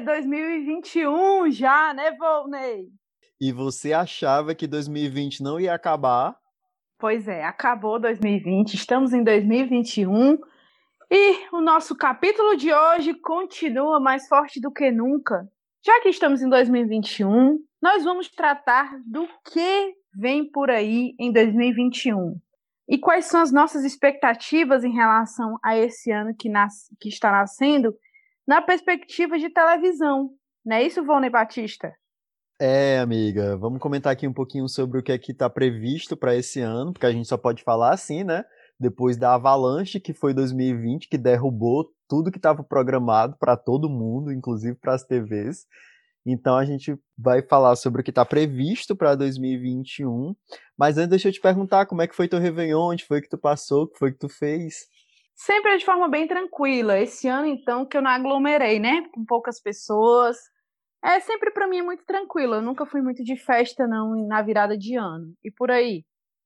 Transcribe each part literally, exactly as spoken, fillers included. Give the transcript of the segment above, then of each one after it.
dois mil e vinte e um já, né, Volney? E você achava que dois mil e vinte não ia acabar? Pois é, acabou dois mil e vinte, estamos em dois mil e vinte e um e o nosso capítulo de hoje continua mais forte do que nunca. Já que estamos em dois mil e vinte e um, nós vamos tratar do que vem por aí em dois mil e vinte e um. E quais são as nossas expectativas em relação a esse ano que, nas... que está nascendo na perspectiva de televisão. Não é isso, Volney Batista? É, amiga, vamos comentar aqui um pouquinho sobre o que é que está previsto para esse ano, porque a gente só pode falar assim, né? Depois da avalanche que foi dois mil e vinte, que derrubou tudo que estava programado para todo mundo, inclusive para as T Vs. Então a gente vai falar sobre o que está previsto para dois mil e vinte e um. Mas antes deixa eu te perguntar, como é que foi teu Réveillon? Onde foi que tu passou? O que foi que tu fez? Sempre de forma bem tranquila. Esse ano, então, que eu não aglomerei, né? Com poucas pessoas. É sempre para mim muito tranquilo. Eu nunca fui muito de festa, não, na virada de ano. E por aí?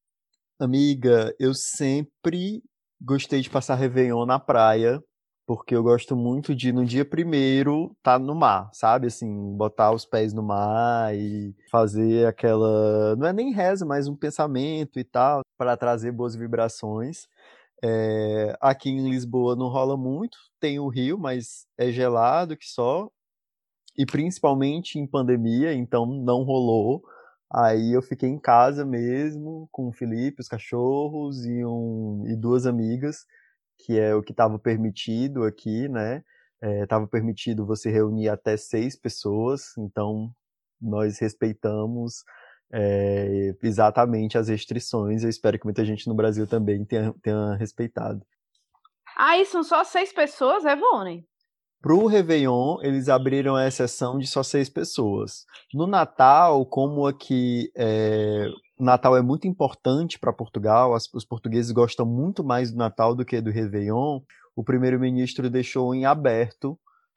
Amiga, eu sempre gostei de passar Réveillon na praia, porque eu gosto muito de, no dia primeiro, estar no mar, sabe? Assim, botar os pés no mar e fazer aquela. Não é nem reza, mas um pensamento e tal, para trazer boas vibrações. É, aqui em Lisboa não rola muito, tem o Rio, mas é gelado que só, e principalmente em pandemia, então não rolou. Aí eu fiquei em casa mesmo, com o Felipe, os cachorros e, um, e duas amigas, que é o que estava permitido aqui, né? Estava permitido você reunir até seis pessoas, então nós respeitamos é, exatamente as restrições. Eu espero que muita gente no Brasil também tenha, tenha respeitado. Ah, e são só seis pessoas, é, Volney? Pro Réveillon, eles abriram a exceção de só seis pessoas. No Natal, como aqui é, o Natal é muito importante para Portugal, as, os portugueses gostam muito mais do Natal do que do Réveillon, o primeiro-ministro deixou em aberto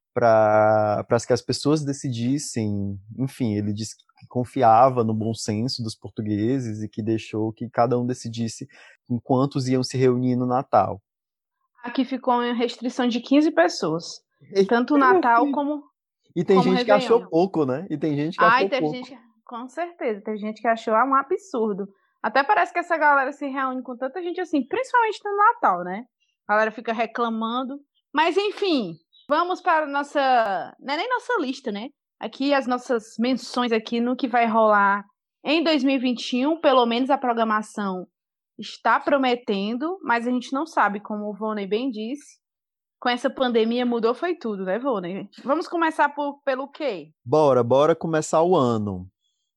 para que as pessoas decidissem. Enfim, ele disse que confiava no bom senso dos portugueses e que deixou que cada um decidisse em quantos iam se reunir no Natal. Aqui ficou em restrição de quinze pessoas. Tanto o Natal como E tem como gente que achou Réveillon. pouco, né? E tem gente que Ai, achou teve pouco. gente, com certeza, teve gente que achou um absurdo. Até parece que essa galera se reúne com tanta gente assim, principalmente no Natal, né? A galera fica reclamando. Mas enfim, vamos para a nossa. Não é nem nossa lista, né? Aqui as nossas menções aqui no que vai rolar em dois mil e vinte e um, pelo menos a programação está prometendo, mas a gente não sabe, como o Volney bem disse. Com essa pandemia mudou foi tudo, né, Volney? Vamos começar por, pelo quê? Bora, bora começar o ano.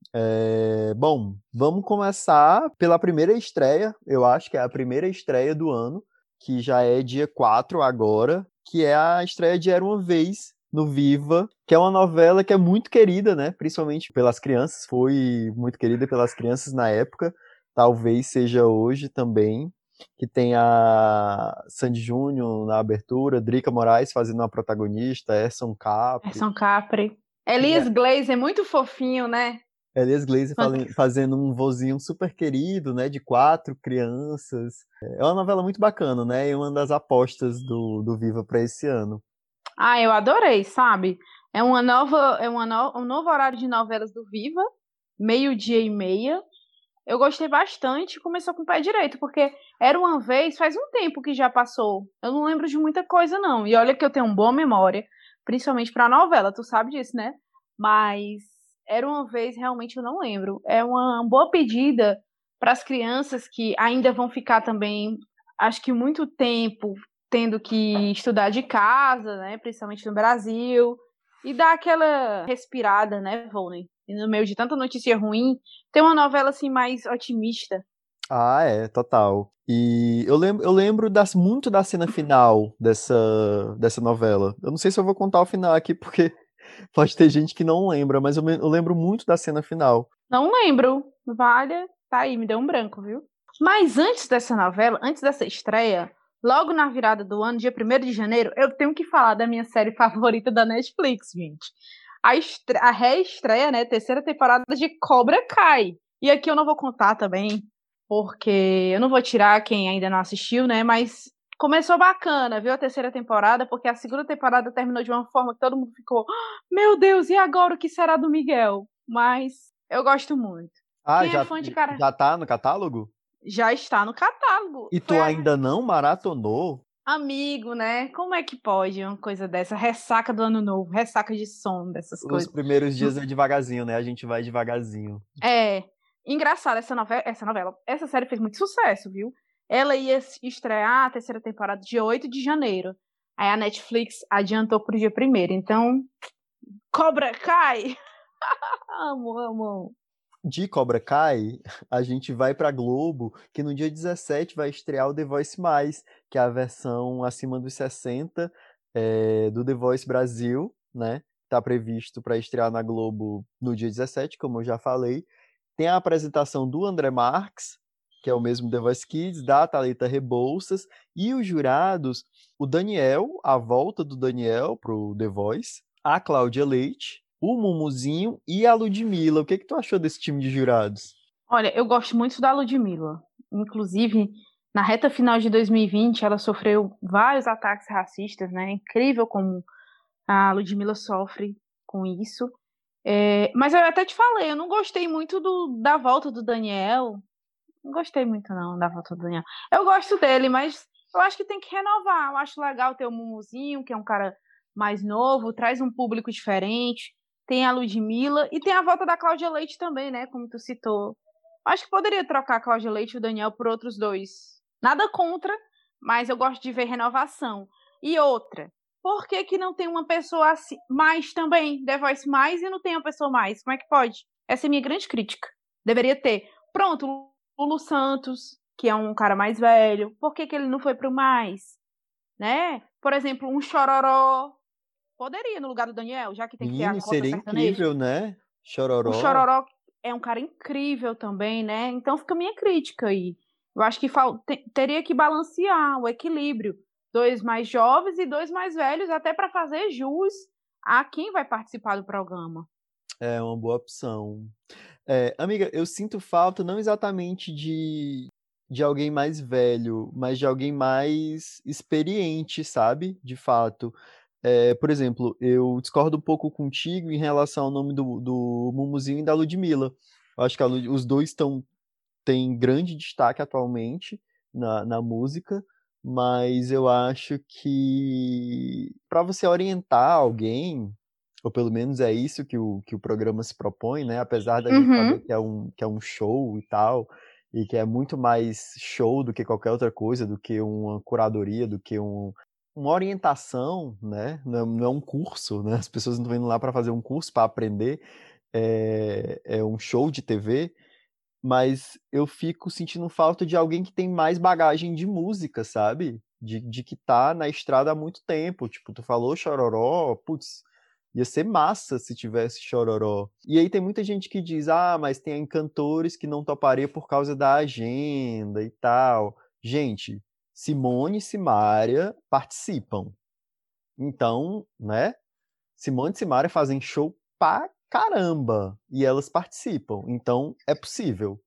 É, bom, vamos começar pela primeira estreia, eu acho que é a primeira estreia do ano, que já é dia quatro agora, que é a estreia de Era Uma Vez no Viva, que é uma novela que é muito querida, né? Principalmente pelas crianças, foi muito querida pelas crianças na época, talvez seja hoje também, que tem a Sandy Júnior na abertura, Drica Moraes fazendo a protagonista, Erson Capri. Gerson Capri. E Elias Glaze é muito fofinho, né? Elias Glaze fazendo um vozinho super querido, né, de quatro crianças. É uma novela muito bacana, né, e uma das apostas do, do Viva para esse ano. Ah, eu adorei, sabe? É uma nova, é uma no, um novo horário de novelas do Viva, meio-dia e meia. Eu gostei bastante, começou com o pé direito, porque Era Uma Vez, faz um tempo que já passou. Eu não lembro de muita coisa, não. E olha que eu tenho uma boa memória, principalmente pra novela, tu sabe disso, né? Mas Era Uma Vez, realmente eu não lembro. É uma boa pedida para as crianças que ainda vão ficar também, acho que muito tempo tendo que estudar de casa, né? Principalmente no Brasil. E dar aquela respirada, né, Volney? E no meio de tanta notícia ruim, tem uma novela assim mais otimista. Ah, é, total. E eu lembro, eu lembro das, muito da cena final dessa, dessa novela. Eu não sei se eu vou contar o final aqui, porque pode ter gente que não lembra, mas eu, me- eu lembro muito da cena final. Não lembro. Vale, tá aí, me deu um branco, viu? Mas antes dessa novela, antes dessa estreia, logo na virada do ano, dia primeiro de janeiro, eu tenho que falar da minha série favorita da Netflix, gente. A, estre... a reestreia, né? Terceira temporada de Cobra Kai. E aqui eu não vou contar também, porque eu não vou tirar quem ainda não assistiu, né? Mas Começou bacana, viu, a terceira temporada, porque a segunda temporada terminou de uma forma que todo mundo ficou, meu Deus, e agora o que será do Miguel? Mas eu gosto muito. Ah, Quem é já, fã de cara já tá no catálogo? já está no catálogo. E Foi tu a... ainda não maratonou? amigo, né? Como é que pode uma coisa dessa? Ressaca do ano novo, ressaca de sono, dessas Os coisas. primeiros dias é devagarzinho, né? A gente vai devagarzinho. É, engraçado essa novela, essa novela, essa série fez muito sucesso, viu? Ela ia estrear a terceira temporada dia oito de janeiro. Aí a Netflix adiantou pro dia primeiro. Então, Cobra Kai! Amo, amo. De Cobra Kai, a gente vai pra Globo, que no dia dezessete vai estrear o The Voice Mais, que é a versão acima dos sessenta é, do The Voice Brasil, né? Tá previsto para estrear na Globo no dia dezessete, como eu já falei. Tem a apresentação do André Marques, que é o mesmo The Voice Kids, da Thalita Rebouças, e os jurados, o Daniel, a volta do Daniel pro The Voice, a Cláudia Leite, o Mumuzinho e a Ludmilla. O que que tu achou desse time de jurados? Olha, eu gosto muito da Ludmilla. Inclusive, na reta final de dois mil e vinte, ela sofreu vários ataques racistas, né? É incrível como a Ludmilla sofre com isso. É, mas eu até te falei, eu não gostei muito do, da volta do Daniel. Não gostei muito, não, da volta do Daniel. Eu gosto dele, mas eu acho que tem que renovar. Eu acho legal ter o Mumuzinho, que é um cara mais novo, traz um público diferente. Tem a Ludmilla e tem a volta da Cláudia Leite também, né? Como tu citou. Acho que poderia trocar a Cláudia Leite e o Daniel por outros dois. Nada contra, mas eu gosto de ver renovação. E outra, por que que não tem uma pessoa assim, mais também, The Voice mais, e não tem uma pessoa mais? Como é que pode? Essa é a minha grande crítica. Deveria ter. Pronto, Lulu Santos, que é um cara mais velho, por que que ele não foi pro mais? Né? Por exemplo, um Chororó poderia no lugar do Daniel, já que tem que ter a Menino, cota seria sertaneja. incrível, né? O Chororó. Chororó é um cara incrível também, né? Então fica a minha crítica aí. Eu acho que fal- te- teria que balancear o equilíbrio. Dois mais jovens e dois mais velhos, até para fazer jus a quem vai participar do programa. É uma boa opção. É, amiga, eu sinto falta não exatamente de, de alguém mais velho, mas de alguém mais experiente, sabe? De fato. É, por exemplo, eu discordo um pouco contigo em relação ao nome do, do Mumuzinho e da Ludmilla. Eu acho que a Lud- os dois estão têm grande destaque atualmente na, na música, mas eu acho que para você orientar alguém, ou pelo menos é isso que o, que o programa se propõe, né? Apesar da gente saber Uhum. que é um, que é um show e tal, e que é muito mais show do que qualquer outra coisa, do que uma curadoria, do que um, uma orientação, né? Não é, não é um curso, né? As pessoas não estão indo lá para fazer um curso para aprender, é, é um show de T V, mas eu fico sentindo falta de alguém que tem mais bagagem de música, sabe? De, de que tá na estrada há muito tempo. Tipo, tu falou Chororó, putz, ia ser massa se tivesse Chororó. E aí tem muita gente que diz, ah, mas tem cantores que não toparia por causa da agenda e tal. Gente, Simone e Simaria participam. Então, né? Simone e Simaria fazem show pra caramba e elas participam. Então, é possível.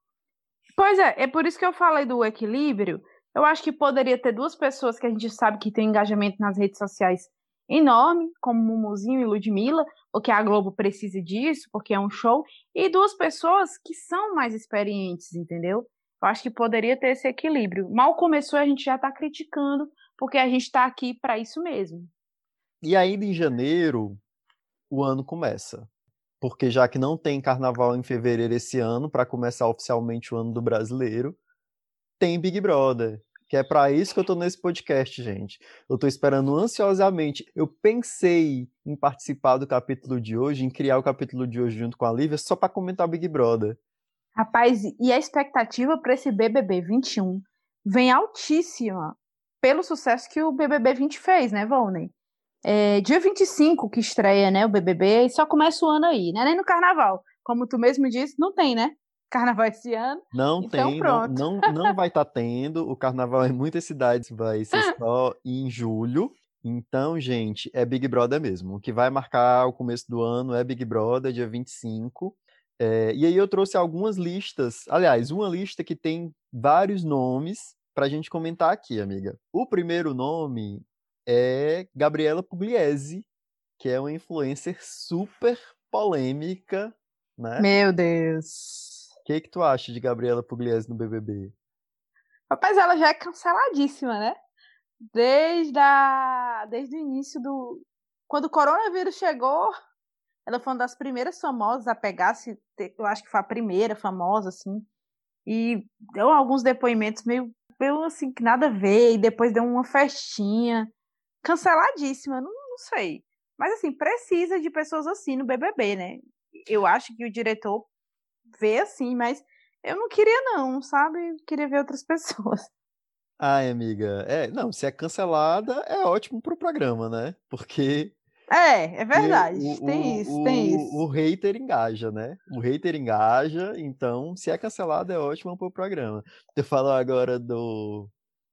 Pois é, é por isso que eu falei do equilíbrio. Eu acho que poderia ter duas pessoas que a gente sabe que tem engajamento nas redes sociais enorme, como Mumuzinho e Ludmilla, porque a Globo precisa disso, porque é um show, e duas pessoas que são mais experientes, entendeu? Eu acho que poderia ter esse equilíbrio. Mal começou, a gente já está criticando, porque a gente está aqui para isso mesmo. E ainda em janeiro, o ano começa. Porque já que não tem carnaval em fevereiro esse ano, para começar oficialmente o ano do brasileiro, tem Big Brother. Que é para isso que eu tô nesse podcast, gente. Eu tô esperando ansiosamente. Eu pensei em participar do capítulo de hoje, em criar o capítulo de hoje junto com a Lívia, só para comentar Big Brother. Rapaz, e a expectativa para esse B B B vinte e um vem altíssima pelo sucesso que o B B B vinte fez, né, Volney? É dia vinte e cinco que estreia, né, o B B B, e só começa o ano aí, né? Nem no carnaval. Como tu mesmo disse, não tem, né? Carnaval esse ano. Não Então tem, não, pronto. não, não vai estar tendo. O carnaval em muitas cidades vai ser só em julho. Então, gente, é Big Brother mesmo. O que vai marcar o começo do ano é Big Brother, dia vinte e cinco. É, e aí eu trouxe algumas listas. Aliás, uma lista que tem vários nomes pra gente comentar aqui, amiga. O primeiro nome é Gabriela Pugliese, que é uma influencer super polêmica, né? Meu Deus. O que que tu acha de Gabriela Pugliese no B B B? Rapaz, ela já é canceladíssima, né? Desde, a... Desde o início do... Quando o coronavírus chegou, ela foi uma das primeiras famosas a pegar, se... eu acho que foi a primeira famosa, assim, e deu alguns depoimentos meio, meio assim, que nada a ver, e depois deu uma festinha. Canceladíssima, não, não sei. Mas, assim, precisa de pessoas assim no B B B, né? Eu acho que o diretor vê assim, mas eu não queria não, sabe? Eu queria ver outras pessoas. Ai, amiga, é, não, se é cancelada, é ótimo pro programa, né? Porque É, é e verdade. o, Tem isso, tem o, o, o isso. hater engaja, né? O hater engaja, então, se é cancelado, é ótimo pro programa. Tu falou agora do.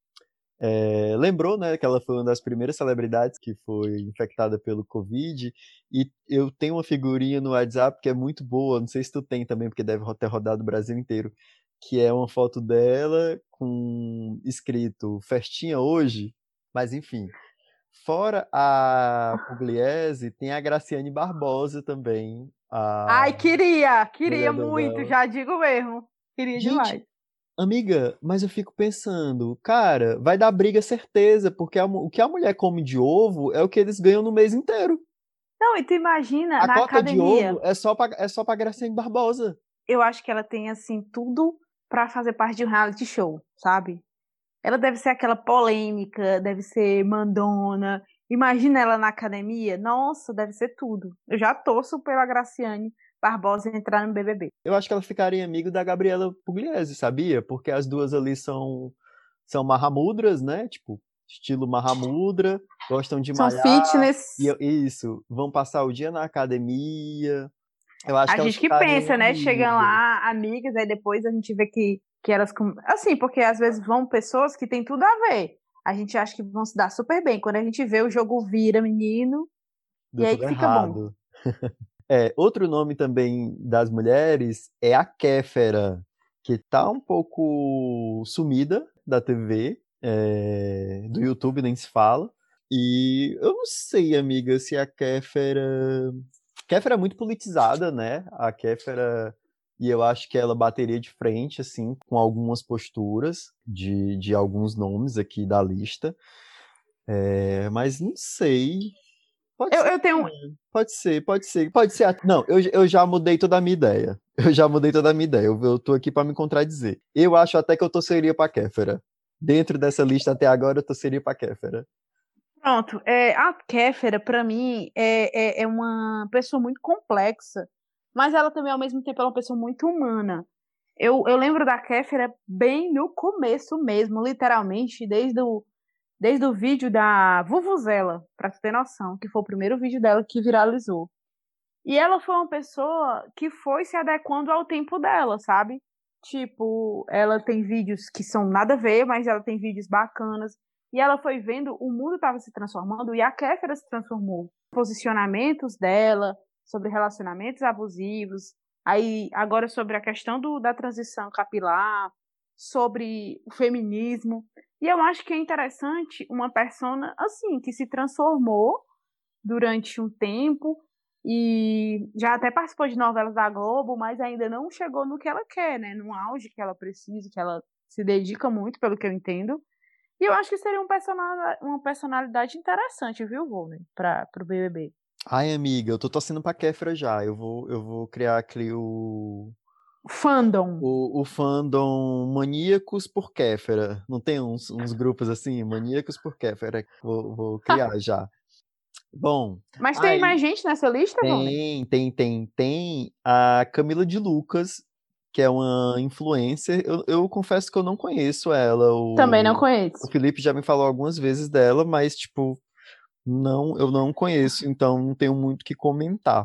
É, lembrou, né, que ela foi uma das primeiras celebridades que foi infectada pelo Covid, e eu tenho uma figurinha no WhatsApp que é muito boa, não sei se tu tem também, porque deve ter rodado o Brasil inteiro, que é uma foto dela com escrito Festinha hoje, mas enfim. Fora a Pugliese, tem a Graciane Barbosa também, a Ai, queria, queria mulher da muito, novela. já digo mesmo. Queria Gente, demais. amiga, mas eu fico pensando, cara, vai dar briga certeza, porque a mu- o que a mulher come de ovo é o que eles ganham no mês inteiro. Não, e tu imagina A na cota de ovo academia, é só pra, é só pra Graciane Barbosa. eu acho que ela tem assim tudo pra fazer parte de um reality show, sabe? Ela deve ser aquela polêmica, deve ser mandona. Imagina ela na academia. Nossa, deve ser tudo. Eu já torço pela Graciane Barbosa entrar no B B B. Eu acho que ela ficaria amigo da Gabriela Pugliese, sabia? Porque as duas ali são, são Mahamudras, né? Tipo, estilo Mahamudra, gostam de São malhar, e fitness. eu- isso, vão passar o dia na academia. Eu acho A que elas gente que ficariam pensa, né? Chegam amigas. lá, amigas, aí depois a gente vê que, que elas. com- Assim, porque às vezes vão pessoas que têm tudo a ver. A gente acha que vão se dar super bem. Quando a gente vê, o jogo vira, menino, e Deu aí tudo que fica bom. errado. É, outro nome também das mulheres é a Kéfera, que tá um pouco sumida da T V, é, do YouTube nem se fala. E eu não sei, amiga, se a Kéfera. Kéfera é muito politizada, né? A Kéfera. E eu acho que ela bateria de frente, assim, com algumas posturas de, de alguns nomes aqui da lista. É, mas não sei. Pode Eu, ser eu tenho. também. Pode ser, pode ser. Pode ser. a- Não, eu, eu já mudei toda a minha ideia. Eu já mudei toda a minha ideia. Eu, eu tô aqui pra me contradizer. Eu acho até que eu torceria pra Kéfera. Dentro dessa lista até agora, eu torceria pra Kéfera. Pronto, é, a Kéfera, pra mim, é, é, é uma pessoa muito complexa, mas ela também, ao mesmo tempo, é uma pessoa muito humana. Eu, eu lembro da Kéfera bem no começo mesmo, literalmente, desde o, desde o vídeo da Vuvuzela, pra tu ter noção, que foi o primeiro vídeo dela que viralizou. E ela foi uma pessoa que foi se adequando ao tempo dela, sabe? Tipo, ela tem vídeos que são nada a ver, mas ela tem vídeos bacanas. E ela foi vendo o mundo estava se transformando e a Kéfera se transformou. Posicionamentos dela sobre relacionamentos abusivos, aí agora sobre a questão do, da transição capilar, sobre o feminismo. E eu acho que é interessante uma persona assim, que se transformou durante um tempo e já até participou de novelas da Globo, mas ainda não chegou no que ela quer, né? No auge que ela precisa, que ela se dedica muito, pelo que eu entendo. E eu acho que seria um personal, uma personalidade interessante, viu, Volney, para o B B B. Ai, amiga, eu tô torcendo pra Kéfera já. Eu vou, eu vou criar aqui o, Fandom. o, o fandom Maníacos por Kéfera. Não tem uns, uns grupos assim? Maníacos por Kéfera. Vou, vou criar já. Bom, Mas tem aí mais gente nessa lista, Volney? tem, tem, tem, tem a Camila de Lucas, que é uma influencer. Eu, eu confesso que eu não conheço ela. Também não O, o conheço. Felipe já me falou algumas vezes dela, mas, tipo, não, eu não conheço, então não tenho muito o que comentar.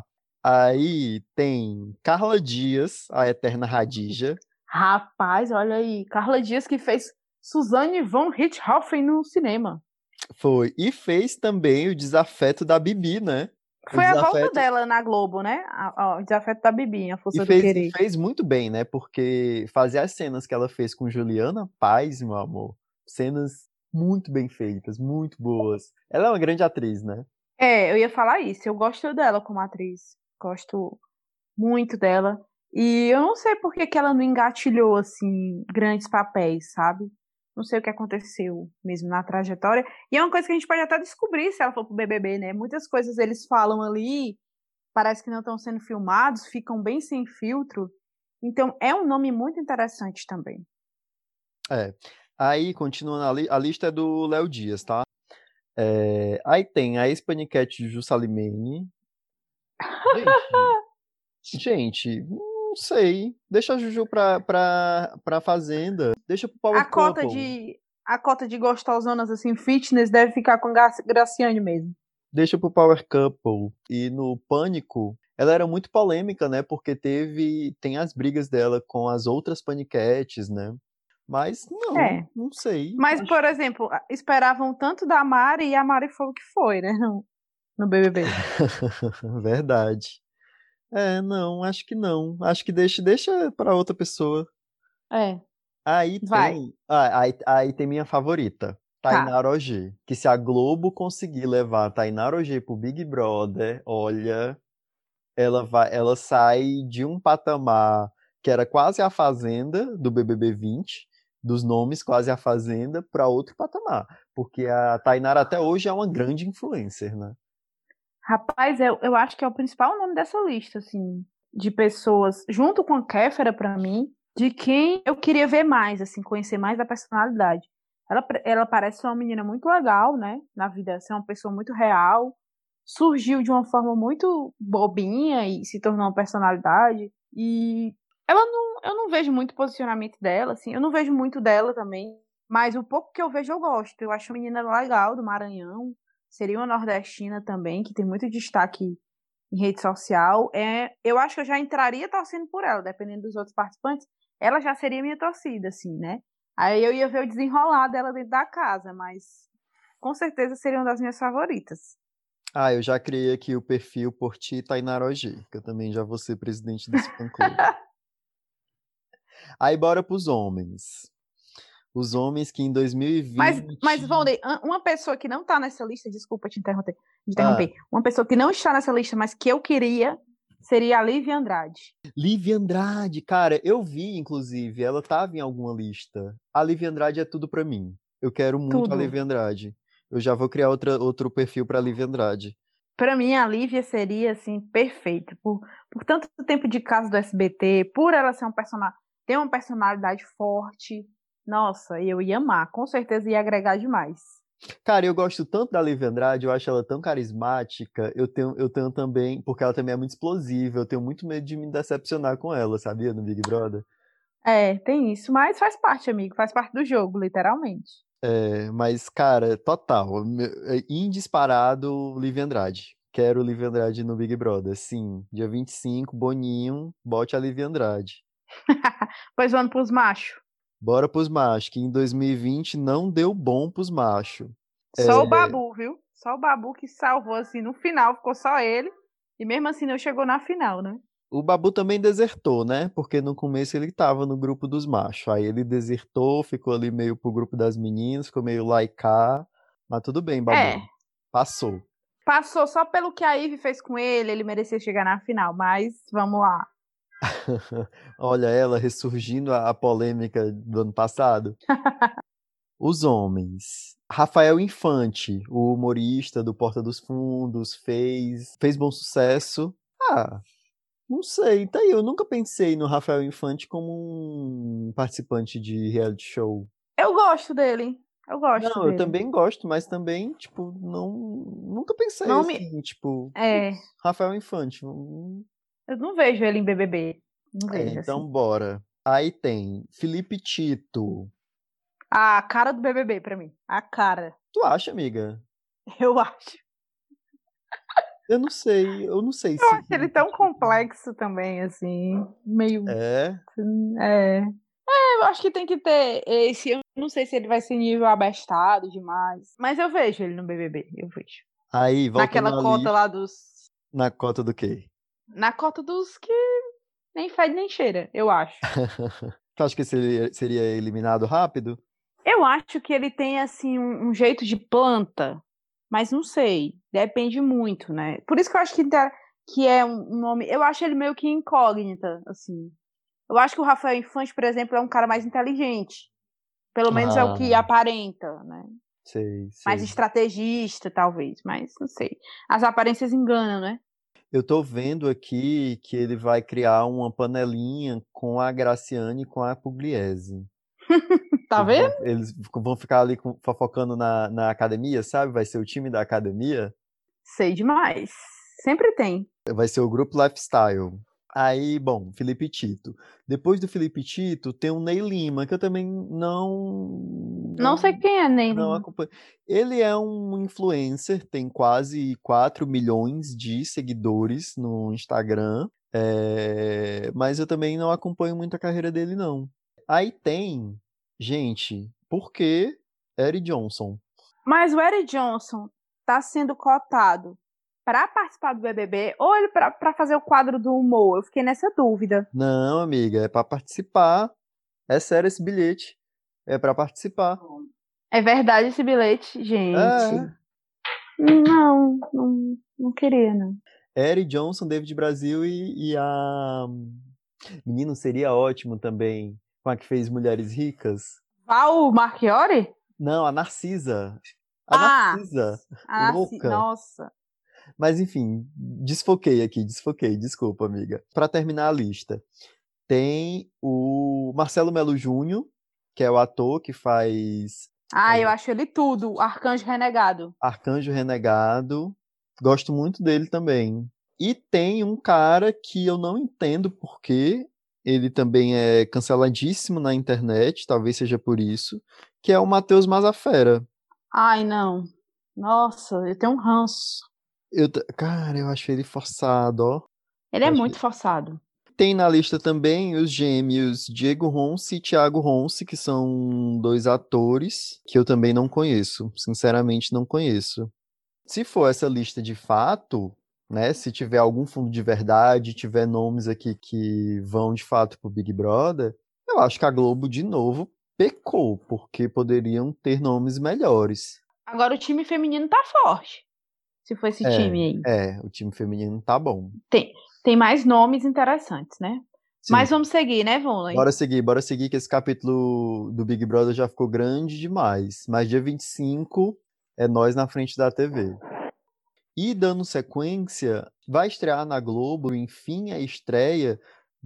Aí tem Carla Dias, a Eterna Radija. Rapaz, olha aí, Carla Dias que fez Suzanne von Richthofen no cinema. Foi. E fez também o Desafeto da Bibi, né? O Foi a volta Desafeto. dela na Globo, né? A- a- O Desafeto da Bibi, A E Força do fez, e Querer. fez muito bem, né? Porque fazer as cenas que ela fez com Juliana Paz, meu amor. cenas muito bem feitas, muito boas. Ela é uma grande atriz, né? É, eu ia falar isso. Eu gosto dela como atriz. Gosto muito dela. E eu não sei por que que ela não engatilhou, assim, grandes papéis, sabe? Não sei o que aconteceu mesmo na trajetória. E é uma coisa que a gente pode até descobrir se ela for pro B B B, né? Muitas coisas eles falam ali, parece que não estão sendo filmados, ficam bem sem filtro. Então, é um nome muito interessante também. É. Aí, continuando a, li a lista é do Léo Dias, tá? É, aí tem a ex-paniquete Ju Salimene. Gente, gente, não sei. Deixa a Juju pra, pra, pra Fazenda. Deixa pro A Power cota Couple. de a cota de gostosonas assim fitness deve ficar com Gra- Graciane mesmo. Deixa pro Power Couple. E no Pânico, ela era muito polêmica, né? Porque teve. Tem as brigas dela com as outras paniquetes, né? Mas não, É. não sei. Mas, Acho- por exemplo, esperavam tanto da Mari e a Mari foi o que foi, né? No, no B B B. Verdade. É, não, acho que não. Acho que deixa, deixa pra outra pessoa. É, Aí vai. tem. Ah, aí, aí tem minha favorita, Tá. Tainara Ojê. Que se a Globo conseguir levar a Tainara Ojê pro Big Brother, olha, ela vai, ela sai de um patamar que era quase a Fazenda do B B B vinte, dos nomes quase a Fazenda, para outro patamar. Porque a Tainara até hoje é uma grande influencer, né? Rapaz, eu, eu acho que é o principal nome dessa lista, assim, de pessoas, junto com a Kéfera, pra mim, de quem eu queria ver mais, assim, conhecer mais da personalidade. Ela, ela parece ser uma menina muito legal, né? Na vida, ser uma pessoa muito real. Surgiu de uma forma muito bobinha e se tornou uma personalidade. E ela não, eu não vejo muito posicionamento dela, assim, eu não vejo muito dela também. Mas o pouco que eu vejo eu gosto. Eu acho a menina legal, do Maranhão. Seria uma nordestina também, que tem muito destaque em rede social. É, eu acho que eu já entraria torcendo por ela, dependendo dos outros participantes. Ela já seria minha torcida, assim, né? Aí eu ia ver o desenrolar dela dentro da casa, mas com certeza seria uma das minhas favoritas. Ah, eu já criei aqui o perfil por ti, Tainara Ojê, que eu também já vou ser presidente desse fã-clube. Aí bora pros homens. Os homens que em Mas, mas dois mil e vinte. Valdei, uma pessoa que não tá nessa lista, desculpa te interromper, te Ah, interromper, uma pessoa que não está nessa lista, mas que eu queria, seria a Lívia Andrade. Lívia Andrade, cara, eu vi, inclusive, ela tava em alguma lista. A Lívia Andrade é tudo pra mim. Eu quero muito a Tudo. Lívia Andrade. Eu já vou criar outra, outro perfil pra Lívia Andrade. Para mim, a Lívia seria, assim, perfeita. Por, por tanto tempo de casa do S B T, por ela ser um personagem, ter uma personalidade forte. Nossa, eu ia amar. Com certeza ia agregar demais. Cara, eu gosto tanto da Lívia Andrade, eu acho ela tão carismática. Eu tenho, eu tenho também, porque ela também é muito explosiva, eu tenho muito medo de me decepcionar com ela, sabia, no Big Brother? É, tem isso. Mas faz parte, amigo. Faz parte do jogo, literalmente. É, mas, cara, total. me- é Indisparado, Lívia Andrade. Quero Lívia Andrade no Big Brother. Sim, dia vinte e cinco, Boninho, bote a Lívia Andrade. Pois vamos pros machos. Bora pros machos, que em dois mil e vinte não deu bom pros machos. Só o Babu, viu? Só o Babu que salvou, assim, no final. Ficou só ele. E mesmo assim não chegou na final, né? O Babu também desertou, né? Porque no começo ele tava no grupo dos machos. Aí ele desertou, ficou ali meio pro grupo das meninas, ficou meio lá e cá. Mas tudo bem, Babu. É. Passou. Passou só pelo que a Ivy fez com ele. Ele merecia chegar na final. Mas vamos lá. Olha ela ressurgindo a, a polêmica do ano passado. Os homens. Rafael Infante, o humorista do Porta dos Fundos, fez, fez bom sucesso. Ah, não sei, tá aí. Eu nunca pensei no Rafael Infante como um participante de reality show. Eu gosto dele. Eu gosto Não, eu dele. também gosto, mas também, tipo, não, nunca pensei Não me. assim, tipo, É. putz, Rafael Infante. hum, Eu não vejo ele em B B B. Não É, vejo, então assim. bora. Aí tem Felipe Tito. A cara do B B B pra mim. A cara. Tu acha, amiga? Eu acho. Eu não sei, eu não sei Eu se acho ele Felipe tão Tito complexo também, assim. Meio. é. É. Eu acho que tem que ter esse. Eu não sei se ele vai ser nível abestado demais. Mas eu vejo ele no B B B. Eu vejo. Aí, voltando Naquela à cota lista, lá dos. na cota do quê? Na cota dos que nem fede nem cheira, eu acho. Tu acha que seria, seria eliminado rápido? Eu acho que ele tem, assim, um, um jeito de planta, mas não sei. Depende muito, né? Por isso que eu acho que, inter- que é um um nome. Eu acho ele meio que incógnita, assim. Eu acho que o Rafael Infante, por exemplo, é um cara mais inteligente. Pelo menos é o que Ah, aparenta, né? sei, Mais sei. estrategista, talvez, mas não sei. As aparências enganam, né? Eu tô vendo aqui que ele vai criar uma panelinha com a Graciane e com a Pugliese. Tá Eles vendo? vão, eles vão ficar ali com- fofocando na, na academia, sabe? Vai ser o time da academia. Sei demais. Sempre tem. Vai ser o grupo Lifestyle. Aí, bom, Felipe Tito. Depois do Felipe Tito, tem o Ney Lima, que eu também não, Não sei não, quem é Ney não Lima. acompanho. Ele é um influencer, tem quase quatro milhões de seguidores no Instagram, é, mas eu também não acompanho muito a carreira dele, não. Aí tem, gente, por que Eric Johnson? Mas o Eric Johnson tá sendo cotado pra participar do B B B ou ele pra, pra fazer o quadro do humor? Eu fiquei nessa dúvida. Não, amiga, é pra participar. É sério esse bilhete. É pra participar. É verdade esse bilhete? É. Gente, não, não, não queria, não. Eric Johnson, David Brasil e, e a. Menino, seria ótimo também com a que fez Mulheres Ricas. Val Marchiori? Não, a Narcisa. A Ah, Narcisa. ah, sim, Louca. nossa. Mas enfim, desfoquei aqui, desfoquei, desculpa, amiga. Pra terminar a lista, tem o Marcelo Melo Júnior, que é o ator que faz Ah, eu acho ele tudo. Arcanjo Renegado. Arcanjo Renegado. Gosto muito dele também. E tem um cara que eu não entendo por quê. Ele também é canceladíssimo na internet, talvez seja por isso, que é o Matheus Mazafera. Ai, não. Nossa, eu tenho um ranço. Eu, t- cara, eu acho ele forçado, ó. Ele Eu é acho muito ele- forçado. Tem na lista também os gêmeos Diego Ronce e Thiago Ronce, que são dois atores que eu também não conheço. Sinceramente, não conheço. Se for essa lista de fato, né, se tiver algum fundo de verdade, tiver nomes aqui que vão de fato pro Big Brother, eu acho que a Globo de novo pecou, porque poderiam ter nomes melhores. Agora o time feminino tá forte. Se for esse É, time aí. é, o time feminino tá bom. Tem, tem mais nomes interessantes, né? Sim. Mas vamos seguir, né, Vôlei? Bora seguir, bora seguir que esse capítulo do Big Brother já ficou grande demais. Mas dia vinte e cinco é nós na frente da T V. E dando sequência, vai estrear na Globo, enfim, a estreia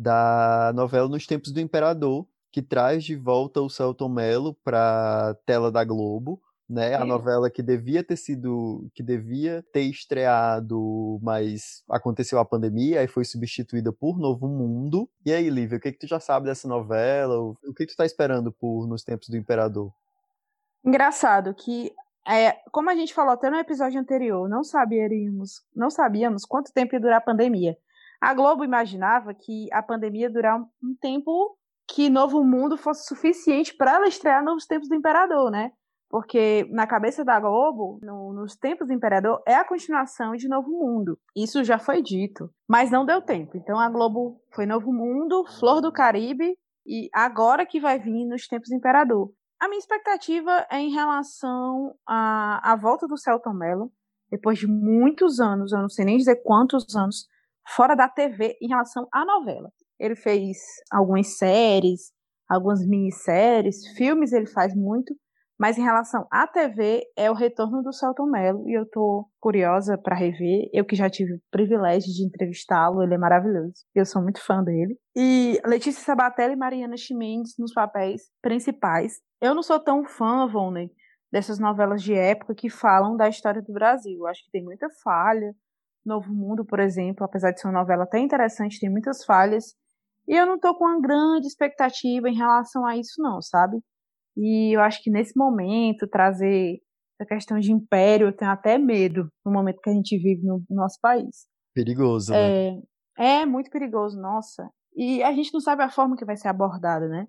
da novela Nos Tempos do Imperador, que traz de volta o Selton Mello para tela da Globo, né? A novela que devia ter sido, que devia ter estreado, mas aconteceu a pandemia e foi substituída por Novo Mundo. E aí, Lívia, o que que tu já sabe dessa novela? O o que que tu tá esperando por Nos Tempos do Imperador? Engraçado que, é, como a gente falou até no episódio anterior, não sabíamos, não sabíamos quanto tempo ia durar a pandemia. A Globo imaginava que a pandemia ia durar um, um tempo que Novo Mundo fosse suficiente para ela estrear Novos Tempos do Imperador, né? Porque na cabeça da Globo, no- nos Tempos do Imperador, é a continuação de Novo Mundo. Isso já foi dito, mas não deu tempo. Então a Globo foi Novo Mundo, Flor do Caribe e agora que vai vir nos Tempos do Imperador. A minha expectativa é em relação à, à volta do Selton Mello, depois de muitos anos, eu não sei nem dizer quantos anos, fora da T V em relação à novela. Ele fez algumas séries, algumas minisséries, filmes ele faz muito, mas em relação à T V é o retorno do Selton Mello e eu tô curiosa para rever. Eu que já tive o privilégio de entrevistá-lo, ele é maravilhoso. Eu sou muito fã dele. E Letícia Sabatella e Mariana Ximenes nos papéis principais. Eu não sou tão fã, Vonley, dessas novelas de época que falam da história do Brasil. Eu acho que tem muita falha. Novo Mundo, por exemplo, apesar de ser uma novela até interessante, tem muitas falhas. E eu não tô com uma grande expectativa em relação a isso, não, sabe? E eu acho que nesse momento, trazer essa questão de império, eu tenho até medo no momento que a gente vive no nosso país. Perigoso, né? É, é muito perigoso, nossa. E a gente não sabe a forma que vai ser abordada, né?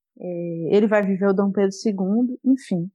É, ele vai viver o Dom Pedro segundo, enfim.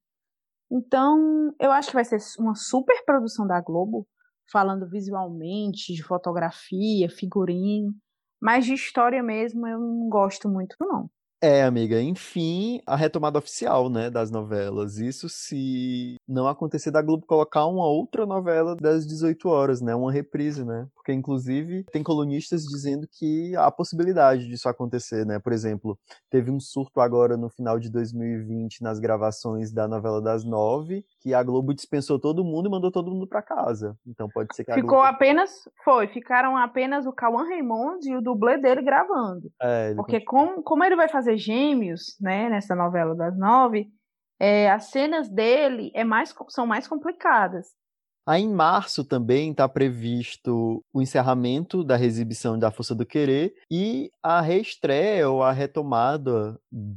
Então, eu acho que vai ser uma super produção da Globo, falando visualmente, de fotografia, figurino, mas de história mesmo eu não gosto muito, não. É, amiga, enfim, a retomada oficial, né, das novelas. Isso se não acontecer da Globo colocar uma outra novela das dezoito horas, né, uma reprise, né? Porque, inclusive, tem colunistas dizendo que há possibilidade disso acontecer, né? Por exemplo, teve um surto agora no final de dois mil e vinte nas gravações da novela das nove, que a Globo dispensou todo mundo e mandou todo mundo pra casa. Então pode ser que a Ficou Globo... apenas, foi, ficaram apenas o Cauã Raymond e o dublê dele gravando. É, ele Porque continua. como, como ele vai fazer gêmeos, né, nessa novela das nove, é, as cenas dele é mais, são mais complicadas. Aí em março também está previsto o encerramento da exibição da Força do Querer e a reestreia ou a retomada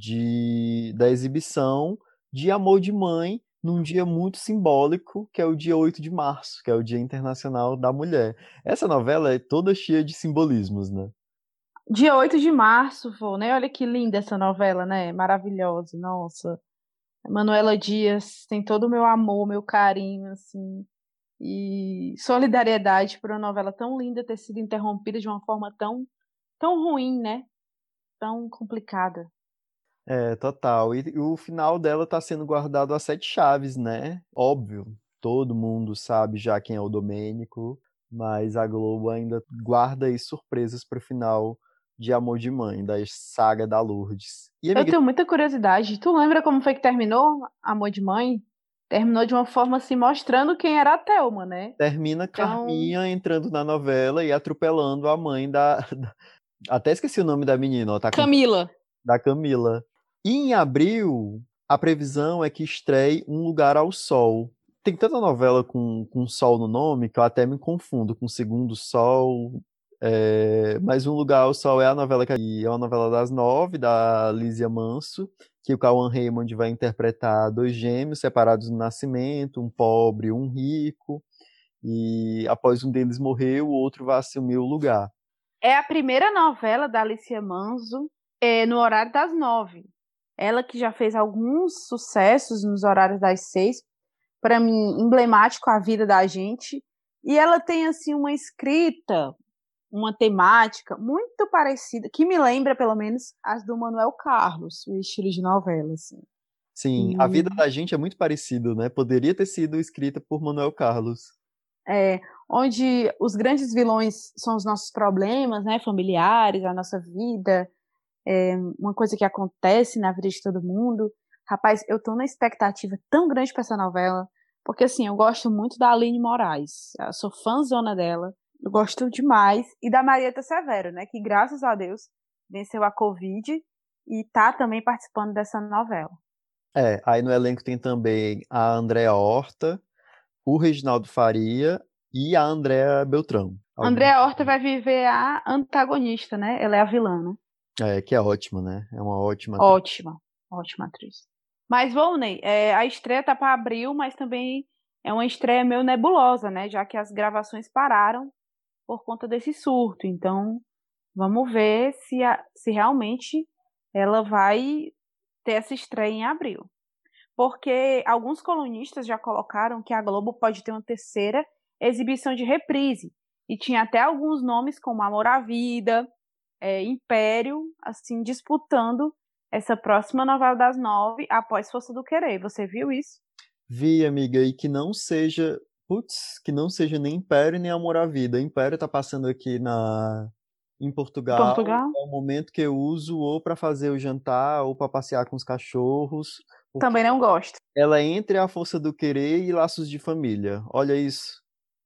de, da exibição de Amor de Mãe num dia muito simbólico, que é o dia oito de março, que é o Dia Internacional da Mulher. Essa novela é toda cheia de simbolismos, né? Dia oito de março, vô, né? Olha que linda essa novela, né? Maravilhosa, nossa. Manuela Dias tem todo o meu amor, meu carinho, assim. E solidariedade por uma novela tão linda ter sido interrompida de uma forma tão, tão ruim, né? Tão complicada. É, total. E o final dela tá sendo guardado a sete chaves, né? Óbvio, todo mundo sabe já quem é o Domênico, mas a Globo ainda guarda aí surpresas pro final de Amor de Mãe, da saga da Lourdes. E, Eu amiga, tenho muita curiosidade. Tu lembra como foi que terminou Amor de Mãe? Terminou de uma forma assim, mostrando quem era a Thelma, né? termina Então, Carminha entrando na novela e atropelando a mãe da... da- Até esqueci o nome da menina, ó, tá com... Camila. da Camila. E em abril, a previsão é que estreie Um Lugar ao Sol. Tem tanta novela com, com sol no nome que eu até me confundo com Segundo Sol. É, mas Um Lugar ao Sol é a novela que é uma novela das nove, da Lísia Manso, que o Cauã Raymond vai interpretar dois gêmeos separados no nascimento, um pobre e um rico. E após um deles morrer, o outro vai assumir o lugar. É a primeira novela da Alicia Manso é, no horário das nove. Ela que já fez alguns sucessos nos horários das seis, para mim, emblemático a vida da gente. E ela tem, assim, uma escrita, uma temática muito parecida, que me lembra, pelo menos, as do Manuel Carlos, o estilo de novela, assim. Sim, a vida E, da gente é muito parecido, né? Poderia ter sido escrita por Manuel Carlos. é, onde os grandes vilões são os nossos problemas, né, familiares, a nossa vida, é, uma coisa que acontece na vida de todo mundo. Rapaz, eu tô na expectativa tão grande para essa novela, porque assim, eu gosto muito da Aline Moraes, eu sou fãzona dela, eu gosto demais, e da Marieta Severo, né, que graças a Deus venceu a Covid e tá também participando dessa novela. É, aí no elenco tem também a Andréa Horta, o Reginaldo Faria e a Andréa Beltrão. Algum- Andréa Horta vai viver a antagonista, né, ela é a vilã, né? É, que é ótima, né? É uma ótima atriz. Ótima, ótima atriz. Mas, Volney, é, a estreia tá para abril, mas também é uma estreia meio nebulosa, né? Já que as gravações pararam por conta desse surto. Então, vamos ver se, a- se realmente ela vai ter essa estreia em abril. Porque alguns colunistas já colocaram que a Globo pode ter uma terceira exibição de reprise. E tinha até alguns nomes como Amor à Vida, é, Império, assim, disputando essa próxima novela das nove após Força do Querer. Você viu isso? Vi, amiga, e que não seja, putz, que não seja nem Império nem Amor à Vida. Império tá passando aqui na em Em Portugal, Portugal? é o momento que eu uso ou para fazer o jantar ou para passear com os cachorros, porque Também não gosto. ela é entre A Força do Querer e Laços de Família. Olha isso.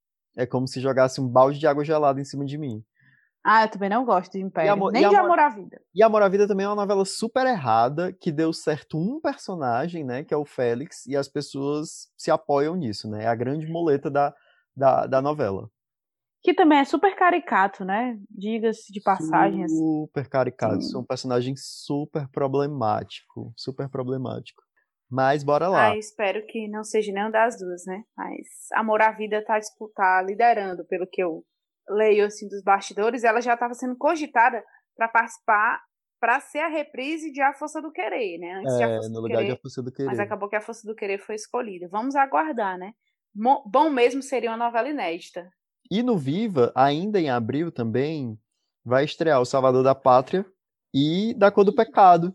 É como se jogasse um balde de água gelada em cima de mim. Ah, eu também não gosto de E Império. Amor, e Nem de Amor, Amor à Vida. e Amor à Vida também é uma novela super errada, que deu certo um personagem, né, que é o Félix, e as pessoas se apoiam nisso, né? É a grande muleta da, da, da novela. Que também é super caricato, né? Diga-se de passagem, Super caricato, é um assim. personagem super problemático, super problemático. Mas bora Ah, lá. eu espero que não seja nenhuma das duas, né? Mas Amor à Vida tá, tipo, tá liderando, pelo que eu leio, assim, dos bastidores. Ela já estava sendo cogitada para participar, para ser a reprise de A Força do Querer, né? Antes de A É, Força no do lugar de A Querer, Força do mas Querer. acabou que A Força do Querer foi escolhida. Vamos aguardar, né? Mo- Bom mesmo seria uma novela inédita. E no Viva, ainda em abril também, vai estrear O Salvador da Pátria e Da Cor do Pecado.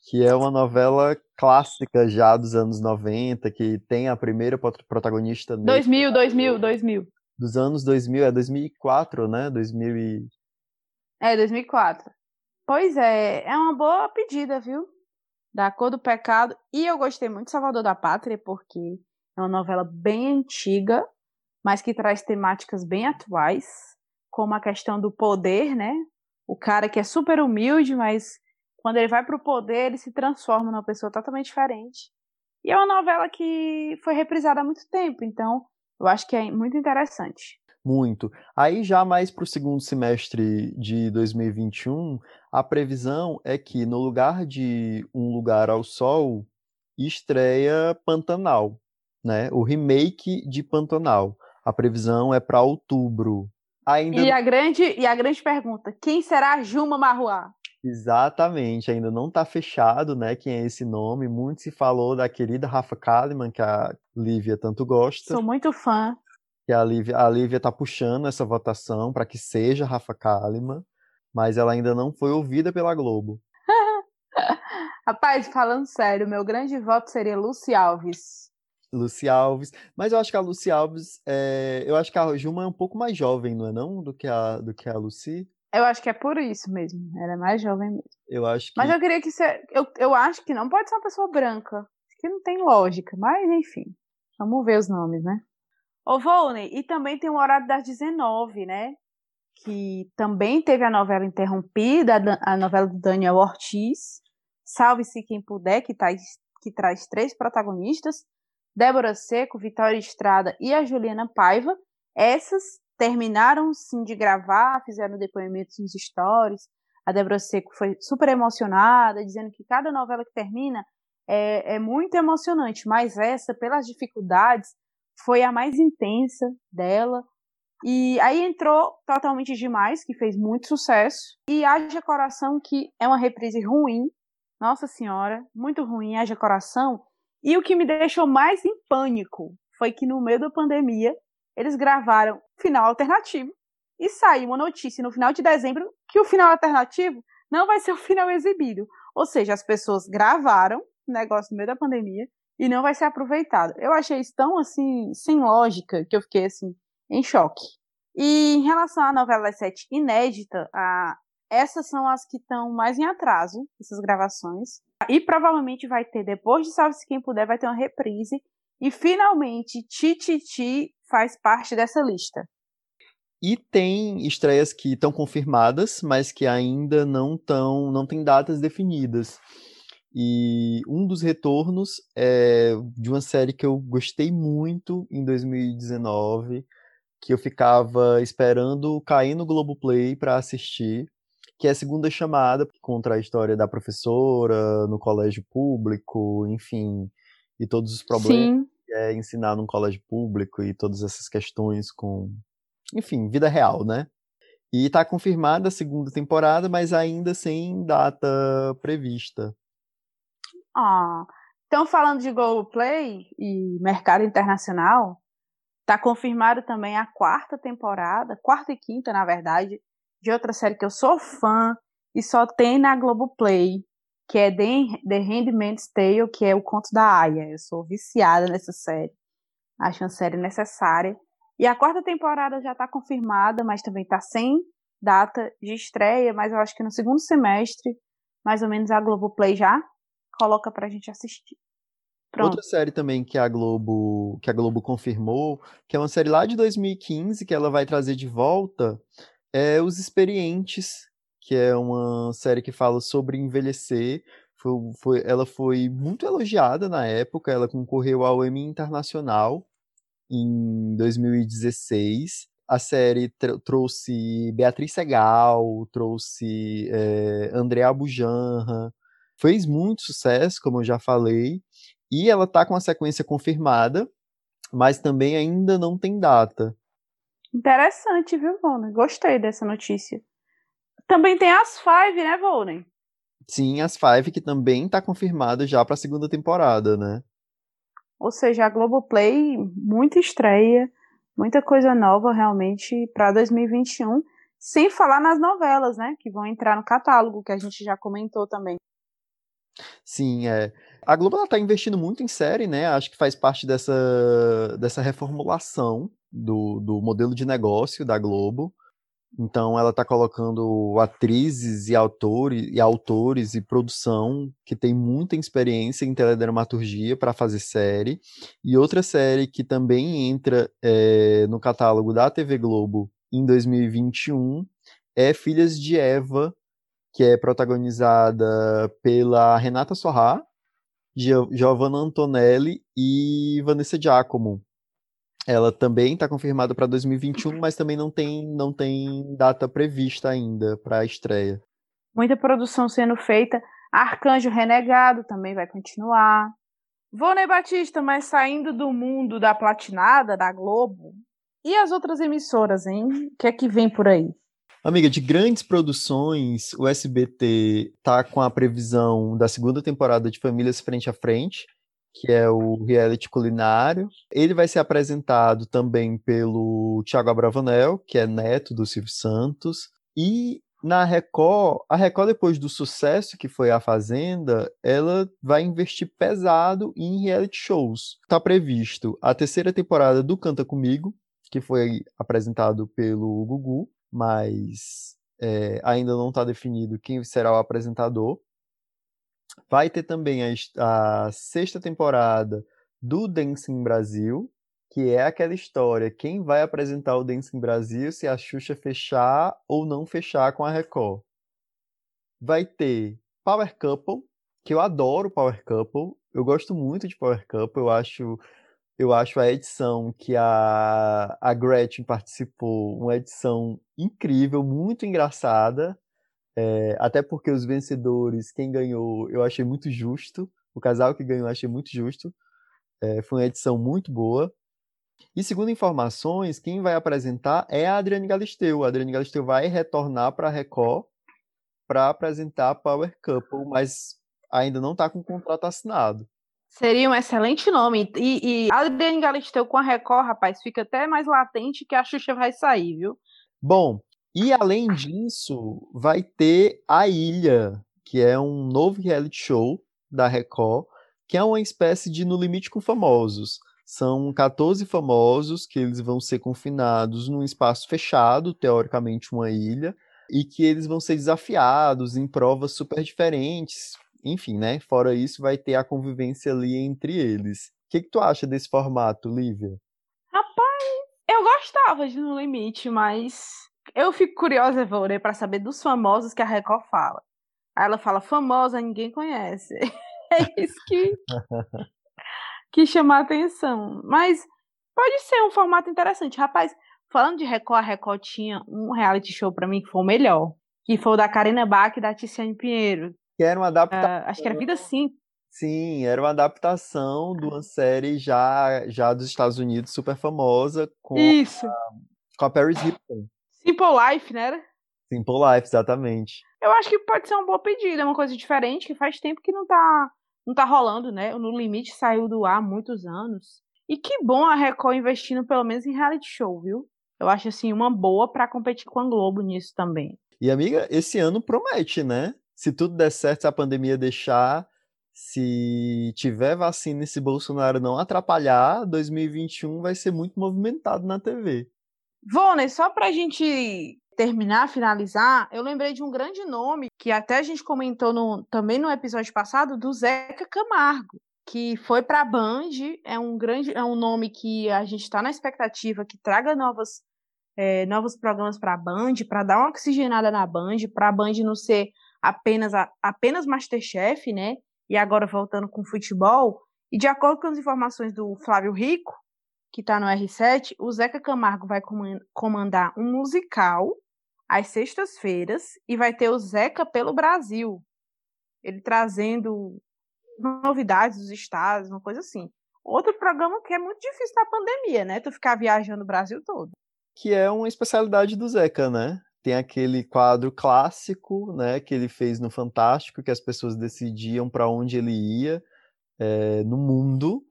que é uma novela clássica já dos anos noventa, que tem a primeira pot- protagonista negra dois mil, dois mil, dois mil. dos anos dois mil, é dois mil e quatro, né? dois mil e... É, dois mil e quatro. Pois é, é uma boa pedida, viu? Da Cor do Pecado. E eu gostei muito de Salvador da Pátria, porque é uma novela bem antiga, mas que traz temáticas bem atuais, como a questão do poder, né? O cara que é super humilde, mas quando ele vai pro poder, ele se transforma numa pessoa totalmente diferente. E é uma novela que foi reprisada há muito tempo, então eu acho que é muito interessante. Muito. Aí já mais para o segundo semestre de dois mil e vinte e um, a previsão é que no lugar de Um Lugar ao Sol, estreia Pantanal, né? O remake de Pantanal. A previsão é para outubro. Ainda E a grande, e a grande pergunta, quem será Juma Marruá? Exatamente, ainda não está fechado, né? Quem é esse nome? Muito se falou da querida Rafa Kalimann, que a Lívia tanto gosta. Sou muito fã. Que a Lívia, a Lívia tá puxando essa votação para que seja Rafa Kalimann, mas ela ainda não foi ouvida pela Globo. Rapaz, falando sério, meu grande voto seria Lucy Alves. Lucy Alves, mas eu acho que a Lucy Alves, é, eu acho que a Juma é um pouco mais jovem, não é não? Do que a, do que a Lucy. Eu acho que é por isso mesmo. Ela é mais jovem mesmo. Eu acho Mas que eu queria que você. Eu, eu acho que não pode ser uma pessoa branca. Acho que não tem lógica. Mas, enfim. Vamos ver os nomes, né? Ô, Volney, e também tem o Horário das dezenove, né? Que também teve a novela interrompida, a novela do Daniel Ortiz. Salve-se Quem Puder, que, tá, que traz três protagonistas. Débora Seco, Vitória Estrada e a Juliana Paiva. Essas terminaram, sim, de gravar, fizeram depoimentos nos stories. A Débora Seco foi super emocionada, dizendo que cada novela que termina é, é muito emocionante, mas essa, pelas dificuldades, foi a mais intensa dela. E aí entrou Totalmente Demais, que fez muito sucesso, e Haja Coração, que é uma reprise ruim, nossa senhora, muito ruim, Haja Coração. E o que me deixou mais em pânico foi que no meio da pandemia eles gravaram final alternativo e saiu uma notícia no final de dezembro que o final alternativo não vai ser o final exibido. Ou seja, as pessoas gravaram o negócio no meio da pandemia e não vai ser aproveitado. Eu achei isso tão assim, sem lógica, que eu fiquei assim, em choque. E em relação à novela das sete inédita, a, essas são as que estão mais em atraso, essas gravações. E provavelmente vai ter, depois de Salve-se Quem Puder, vai ter uma reprise. E finalmente, Tititi faz parte dessa lista. E tem estreias que estão confirmadas, mas que ainda não estão, não tem datas definidas. E um dos retornos é de uma série que eu gostei muito em dois mil e dezenove, que eu ficava esperando cair no Globoplay para assistir, que é a Segunda Chamada, que conta a história da professora no colégio público, enfim, e todos os problemas Sim. que é ensinar num colégio público e todas essas questões com, enfim, vida real, né? E tá confirmada a segunda temporada, mas ainda sem data prevista. Ah, então, falando de Globoplay e mercado internacional, tá confirmado também a quarta temporada, quarta e quinta, na verdade, de outra série que eu sou fã e só tem na Globoplay, que é The, The Handmaid's Tale, que é o Conto da Aia. Eu sou viciada nessa série. Acho uma série necessária. E a quarta temporada já tá confirmada, mas também tá sem data de estreia, mas eu acho que no segundo semestre, mais ou menos, a Globoplay já coloca pra gente assistir. Pronto. Outra série também que a Globo, que a Globo confirmou, que é uma série lá de dois mil e quinze, que ela vai trazer de volta, é Os Experientes, que é uma série que fala sobre envelhecer. Foi, foi, ela foi muito elogiada na época, ela concorreu ao Emmy Internacional em dois mil e dezesseis. A série tr- trouxe Beatriz Segal, trouxe é, Andrea Bujanra, fez muito sucesso, como eu já falei, e ela tá com a sequência confirmada, mas também ainda não tem data. Interessante, viu, Volney? Gostei dessa notícia. Também tem as Five, né, Volney? Sim, as Five, que também tá confirmada já para a segunda temporada, né? Ou seja, a Globoplay, muita estreia, muita coisa nova realmente para dois mil e vinte e um, sem falar nas novelas, né, que vão entrar no catálogo, que a gente já comentou também. Sim, é. A Globo ela tá investindo muito em série, né? Acho que faz parte dessa, dessa reformulação do, do modelo de negócio da Globo. Então ela está colocando atrizes e autores e autores e produção que tem muita experiência em teledramaturgia para fazer série. E outra série que também entra é, no catálogo da T V Globo em dois mil e vinte e um é Filhas de Eva, que é protagonizada pela Renata Sorrah, Gio- Giovanna Antonelli e Vanessa Giacomo. Ela também está confirmada para dois mil e vinte e um, mas também não tem, não tem data prevista ainda para a estreia. Muita produção sendo feita. Arcanjo Renegado também vai continuar. Vonei Batista, mas saindo do mundo da platinada, da Globo. E as outras emissoras, hein? O que é que vem por aí? Amiga, de grandes produções, o S B T tá com a previsão da segunda temporada de Famílias Frente a Frente, que é o reality culinário. Ele vai ser apresentado também pelo Thiago Abravanel, que é neto do Silvio Santos. E na Record, a Record, depois do sucesso que foi A Fazenda, ela vai investir pesado em reality shows. Tá previsto a terceira temporada do Canta Comigo, que foi apresentado pelo Gugu, mas é, ainda não está definido quem será o apresentador. Vai ter também a, a sexta temporada do Dancing Brasil, que é aquela história, quem vai apresentar o Dancing Brasil se a Xuxa fechar ou não fechar com a Record. Vai ter Power Couple, que eu adoro Power Couple, eu gosto muito de Power Couple, eu acho eu acho a edição que a, a Gretchen participou uma edição incrível, muito engraçada. É, até porque os vencedores, quem ganhou, eu achei muito justo. O casal que ganhou, eu achei muito justo. É, foi uma edição muito boa. E segundo informações, quem vai apresentar é a Adriane Galisteu. A Adriane Galisteu vai retornar para a Record para apresentar Power Couple, mas ainda não está com o contrato assinado. Seria um excelente nome. E, e Adriane Galisteu com a Record, rapaz, fica até mais latente que a Xuxa vai sair, viu? Bom, e além disso, vai ter A Ilha, que é um novo reality show da Record, que é uma espécie de No Limite com Famosos. São quatorze famosos que eles vão ser confinados num espaço fechado, teoricamente uma ilha, e que eles vão ser desafiados em provas super diferentes. Enfim, né? Fora isso, vai ter a convivência ali entre eles. O que que tu acha desse formato, Lívia? Rapaz, eu gostava de No Limite, mas eu fico curiosa, Vôlei, pra saber dos famosos que a Record fala. Aí ela fala, famosa, ninguém conhece. É isso que, que chama a atenção. Mas pode ser um formato interessante. Rapaz, falando de Record, a Record tinha um reality show pra mim que foi o melhor. Que foi o da Karina Bach e da Tiziane Pinheiro. Que era uma adaptação. Uh, acho que era Vida Sim. Sim, era uma adaptação de uma série já, já dos Estados Unidos, super famosa, com, Isso. com a Paris Hilton. Simple Life, né? Simple Life, exatamente. Eu acho que pode ser uma boa pedida, é uma coisa diferente, que faz tempo que não tá, não tá rolando, né? O No Limite saiu do ar há muitos anos. E que bom a Record investindo pelo menos em reality show, viu? Eu acho assim uma boa pra competir com a Globo nisso também. E, amiga, esse ano promete, né? Se tudo der certo, se a pandemia deixar, se tiver vacina e se Bolsonaro não atrapalhar, dois mil e vinte e um vai ser muito movimentado na T V. Vônei, só pra gente terminar, finalizar, eu lembrei de um grande nome que até a gente comentou no, também no episódio passado, do Zeca Camargo, que foi para a Band, é um grande, é um nome que a gente está na expectativa que traga novas, é, novos programas para a Band, para dar uma oxigenada na Band, para a Band não ser apenas, a, apenas MasterChef, né? E agora voltando com futebol. E de acordo com as informações do Flávio Rico, que está no R sete, o Zeca Camargo vai comandar um musical às sextas-feiras e vai ter o Zeca pelo Brasil. Ele trazendo novidades dos estados, uma coisa assim. Outro programa que é muito difícil na pandemia, né? Tu ficar viajando o Brasil todo. Que é uma especialidade do Zeca, né? Tem aquele quadro clássico, né, que ele fez no Fantástico, que as pessoas decidiam para onde ele ia é, no mundo,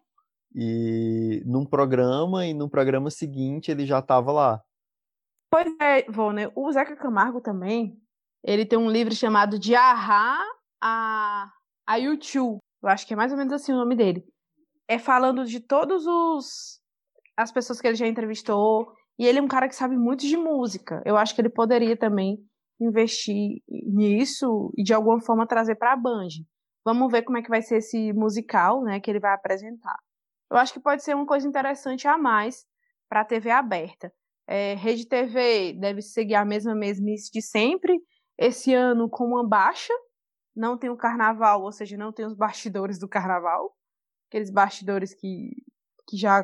e num programa, e no programa seguinte ele já estava lá. Pois é, Vôner, o Zeca Camargo também, ele tem um livro chamado De Arrar a, a U dois, eu acho que é mais ou menos assim o nome dele. É falando de todos os as pessoas que ele já entrevistou, e ele é um cara que sabe muito de música. Eu acho que ele poderia também investir nisso e de alguma forma trazer para a Band. Vamos ver como é que vai ser esse musical, né, que ele vai apresentar. Eu acho que pode ser uma coisa interessante a mais para a T V aberta. É, Rede T V deve seguir a mesma mesmice de sempre. Esse ano com uma baixa, não tem o carnaval, ou seja, não tem os bastidores do carnaval, aqueles bastidores que, que já,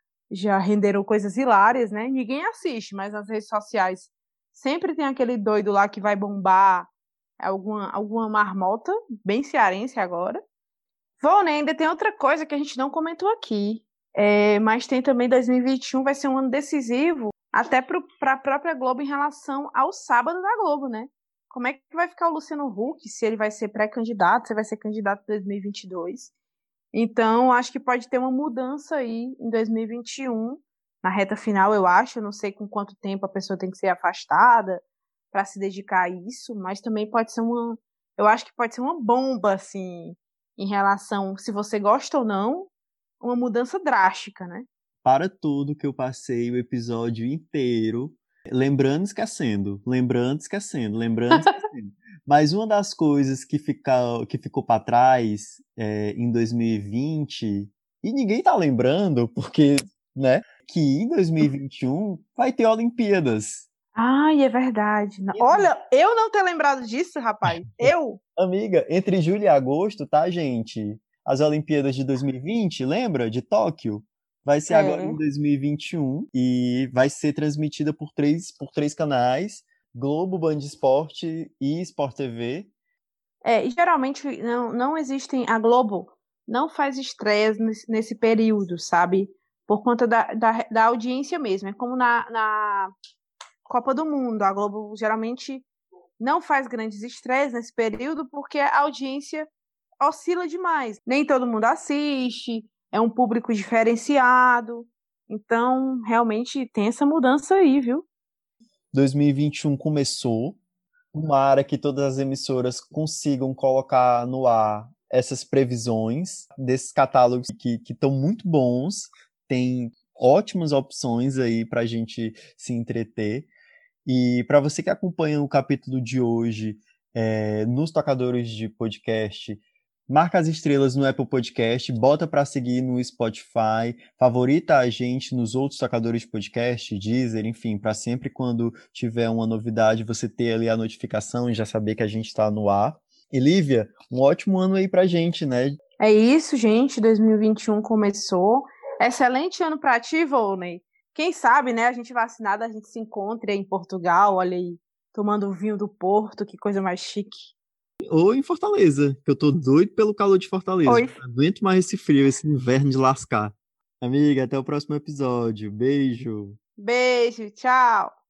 já renderam coisas hilárias, né? Ninguém assiste, mas nas redes sociais sempre tem aquele doido lá que vai bombar alguma, alguma marmota, bem cearense agora. Vou, né? Ainda tem outra coisa que a gente não comentou aqui, é, mas tem também dois mil e vinte e um, vai ser um ano decisivo, até para a própria Globo em relação ao sábado da Globo, né? Como é que vai ficar o Luciano Huck, se ele vai ser pré-candidato, se vai ser candidato em dois mil e vinte e dois. Então, acho que pode ter uma mudança aí em dois mil e vinte e um, na reta final, eu acho. Eu não sei com quanto tempo a pessoa tem que ser afastada para se dedicar a isso, mas também pode ser uma... Eu acho que pode ser uma bomba, assim, em relação, se você gosta ou não, uma mudança drástica, né? Para tudo que eu passei o episódio inteiro, lembrando, esquecendo, lembrando, esquecendo, lembrando, esquecendo. Mas uma das coisas que, fica, que ficou para trás é, em dois mil e vinte, e ninguém tá lembrando, porque, né, que em dois mil e vinte e um vai ter Olimpíadas. Ai, é verdade. Olha, eu não ter lembrado disso, rapaz. Eu? Amiga, entre julho e agosto, tá, gente? As Olimpíadas de dois mil e vinte, lembra? De Tóquio? Vai ser agora É. em dois mil e vinte e um e vai ser transmitida por três, por três canais: Globo, Band Esporte e Sport T V. É, e geralmente não, não existem. A Globo não faz estreias nesse, nesse período, sabe? Por conta da, da, da audiência mesmo. É como na, na Copa do Mundo. A Globo geralmente não faz grandes estreias nesse período porque a audiência oscila demais. Nem todo mundo assiste, é um público diferenciado. Então, realmente tem essa mudança aí, viu? dois mil e vinte e um começou. Tomara que todas as emissoras consigam colocar no ar essas previsões desses catálogos que estão muito bons. Tem ótimas opções aí para a gente se entreter. E para você que acompanha o capítulo de hoje é, nos tocadores de podcast, marca as estrelas no Apple Podcast, bota para seguir no Spotify, favorita a gente nos outros tocadores de podcast, Deezer, enfim, para sempre quando tiver uma novidade você ter ali a notificação e já saber que a gente está no ar. E Lívia, um ótimo ano aí pra gente, né? É isso, gente, dois mil e vinte e um começou. Excelente ano para ti, Volney. Quem sabe, né, a gente vacinada, a gente se encontre em Portugal, olha aí, tomando o vinho do Porto, que coisa mais chique. Ou em Fortaleza, que eu tô doido pelo calor de Fortaleza. Oi. Não aguento mais esse frio, esse inverno de lascar. Amiga, até o próximo episódio. Beijo. Beijo, tchau.